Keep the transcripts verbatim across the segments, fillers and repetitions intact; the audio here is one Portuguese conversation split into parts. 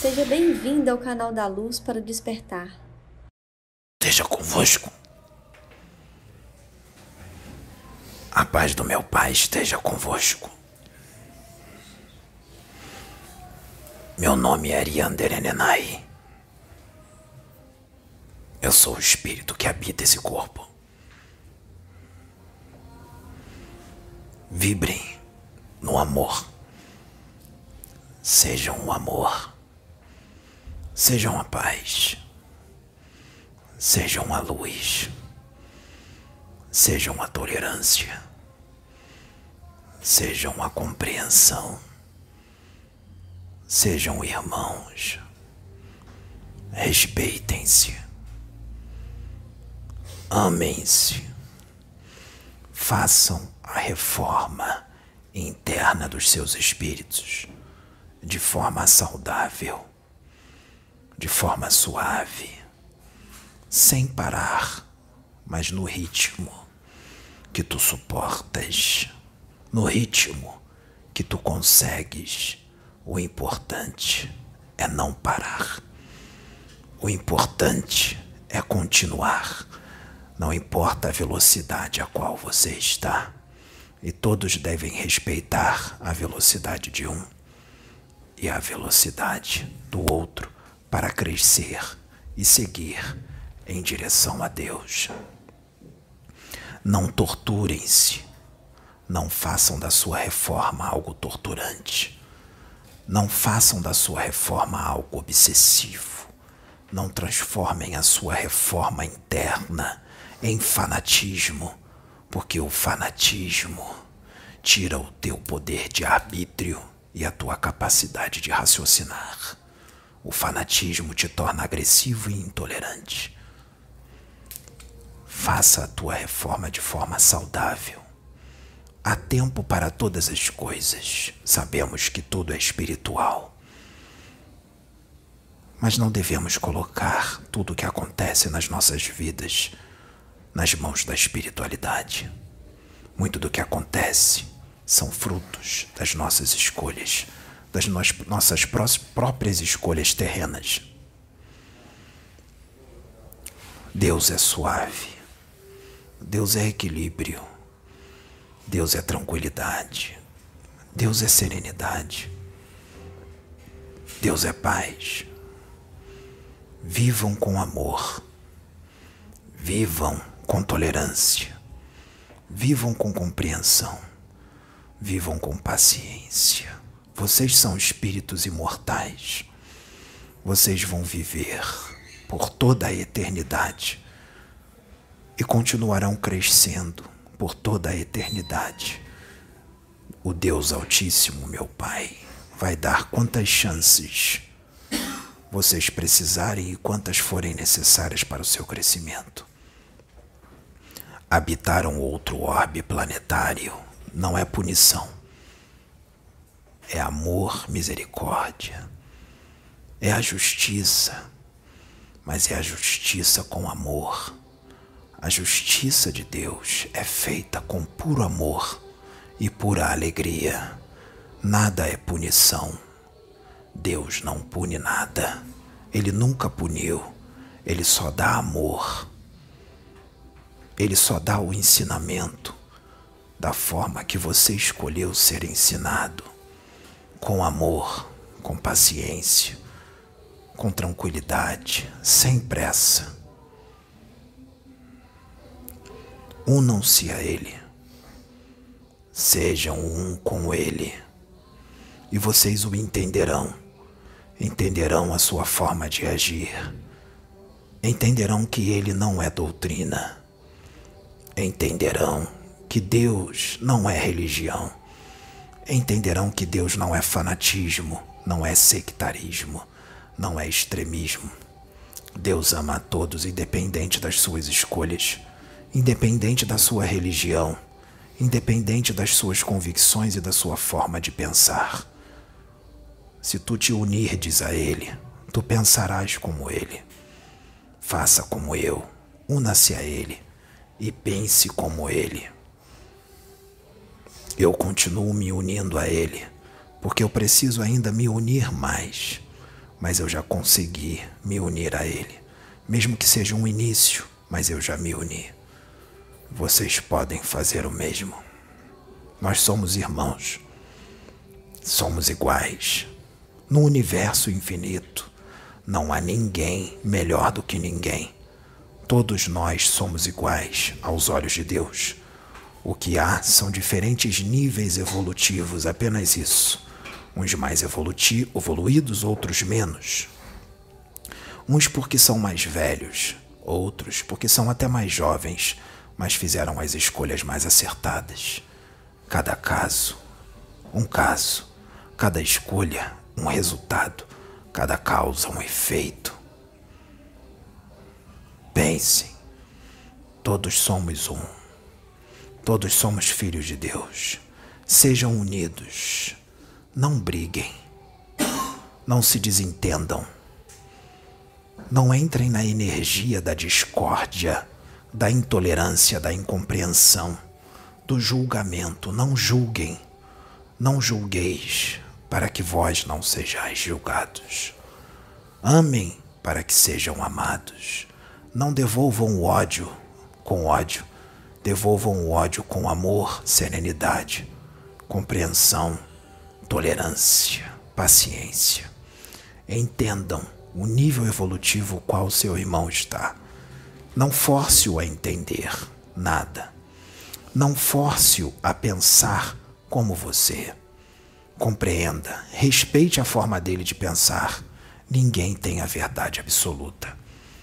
Seja bem-vindo ao canal da Luz para o Despertar. Esteja convosco. A paz do meu Pai esteja convosco. Meu nome é Ariander Enenai. Eu sou o espírito que habita esse corpo. Vibrem no amor. Sejam o amor. Sejam a paz. Sejam a luz. Sejam a tolerância. Sejam a compreensão. Sejam irmãos. Respeitem-se. Amem-se. Façam a reforma interna dos seus espíritos de forma saudável, de forma suave, sem parar, mas no ritmo que tu suportas, no ritmo que tu consegues. O importante é não parar. O importante é continuar. Não importa a velocidade a qual você está. E todos devem respeitar a velocidade de um e a velocidade do outro para crescer e seguir em direção a Deus. Não torturem-se. Não façam da sua reforma algo torturante. Não façam da sua reforma algo obsessivo. Não transformem a sua reforma interna em fanatismo, porque o fanatismo tira o teu poder de arbítrio e a tua capacidade de raciocinar. O fanatismo te torna agressivo e intolerante. Faça a tua reforma de forma saudável. Há tempo para todas as coisas. Sabemos que tudo é espiritual. Mas não devemos colocar tudo o que acontece nas nossas vidas nas mãos da espiritualidade. Muito do que acontece são frutos das nossas escolhas, das no- nossas pró- próprias escolhas terrenas. Deus é suave. Deus é equilíbrio. Deus é tranquilidade. Deus é serenidade. Deus é paz. Vivam com amor. Vivam com tolerância. Vivam com compreensão. Vivam com paciência. Vocês são espíritos imortais. Vocês vão viver por toda a eternidade e continuarão crescendo por toda a eternidade. O Deus Altíssimo, meu Pai, vai dar quantas chances vocês precisarem e quantas forem necessárias para o seu crescimento. Habitar um outro orbe planetário não é punição. É amor, misericórdia. É a justiça, mas é a justiça com amor. A justiça de Deus é feita com puro amor e pura alegria. Nada é punição. Deus não pune nada. Ele nunca puniu. Ele só dá amor. Ele só dá o ensinamento da forma que você escolheu ser ensinado. Com amor, com paciência, com tranquilidade, sem pressa. Unam-se a Ele. Sejam um com Ele. E vocês o entenderão. Entenderão a sua forma de agir. Entenderão que Ele não é doutrina. Entenderão que Deus não é religião. Entenderão que Deus não é fanatismo, não é sectarismo, não é extremismo. Deus ama a todos, independente das suas escolhas, independente da sua religião, independente das suas convicções e da sua forma de pensar. Se tu te unirdes a Ele, tu pensarás como Ele. Faça como eu, una-se a Ele e pense como Ele. Eu continuo me unindo a Ele, porque eu preciso ainda me unir mais. mas eu já consegui me unir a Ele. Mesmo que seja um início, mas eu já me uni. Vocês podem fazer o mesmo. Nós somos irmãos. Somos iguais. No universo infinito, não há ninguém melhor do que ninguém. Todos nós somos iguais aos olhos de Deus. O que há são diferentes níveis evolutivos, apenas isso. Uns mais evoluti- evoluídos, outros menos. Uns porque são mais velhos, outros porque são até mais jovens, mas fizeram as escolhas mais acertadas. Cada caso, um caso. Cada escolha, um resultado. Cada causa, um efeito. Pensem, todos somos um. Todos somos filhos de Deus. Sejam unidos. Não briguem. Não se desentendam. Não entrem na energia da discórdia, da intolerância, da incompreensão, do julgamento. Não julguem. Não julgueis, para que vós não sejais julgados. Amem, para que sejam amados. Não devolvam o ódio com ódio. Devolvam o ódio com amor, serenidade, compreensão, tolerância, paciência. Entendam o nível evolutivo qual seu irmão está. Não force-o a entender nada. Não force-o a pensar como você. Compreenda, respeite a forma dele de pensar. Ninguém tem a verdade absoluta.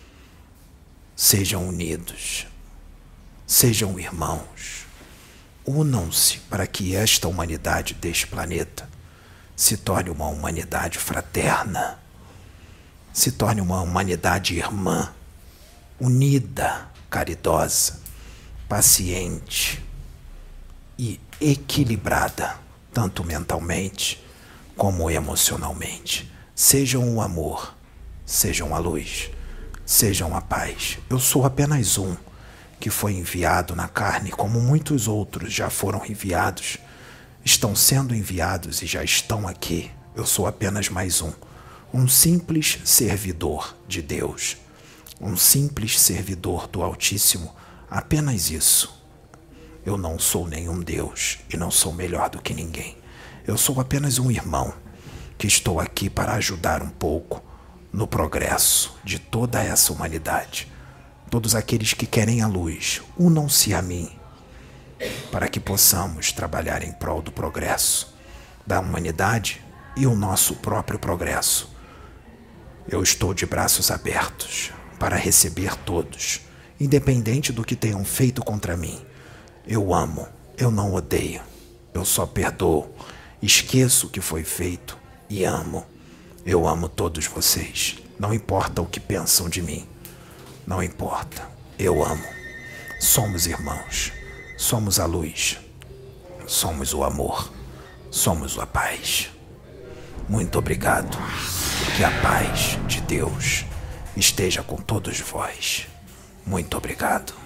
Sejam unidos. Sejam irmãos. Unam-se para que esta humanidade deste planeta se torne uma humanidade fraterna, se torne uma humanidade irmã, unida, caridosa, paciente e equilibrada, tanto mentalmente como emocionalmente. Sejam o amor, sejam a luz, sejam a paz. Eu sou apenas um que foi enviado na carne, como muitos outros já foram enviados, estão sendo enviados e já estão aqui. Eu sou apenas mais um, um simples servidor de Deus, um simples servidor do Altíssimo, apenas isso. Eu não sou nenhum Deus e não sou melhor do que ninguém. Eu sou apenas um irmão que estou aqui para ajudar um pouco no progresso de toda essa humanidade. Todos aqueles que querem a luz, unam-se a mim, para que possamos trabalhar em prol do progresso da humanidade e o nosso próprio progresso. Eu estou de braços abertos para receber todos, independente do que tenham feito contra mim. Eu amo, eu não odeio, eu só perdoo, esqueço o que foi feito e amo. Eu amo todos vocês, não importa o que pensam de mim. Não importa, eu amo. Somos irmãos, somos a luz, somos o amor, somos a paz. Muito obrigado. Que a paz de Deus esteja com todos vós. Muito obrigado.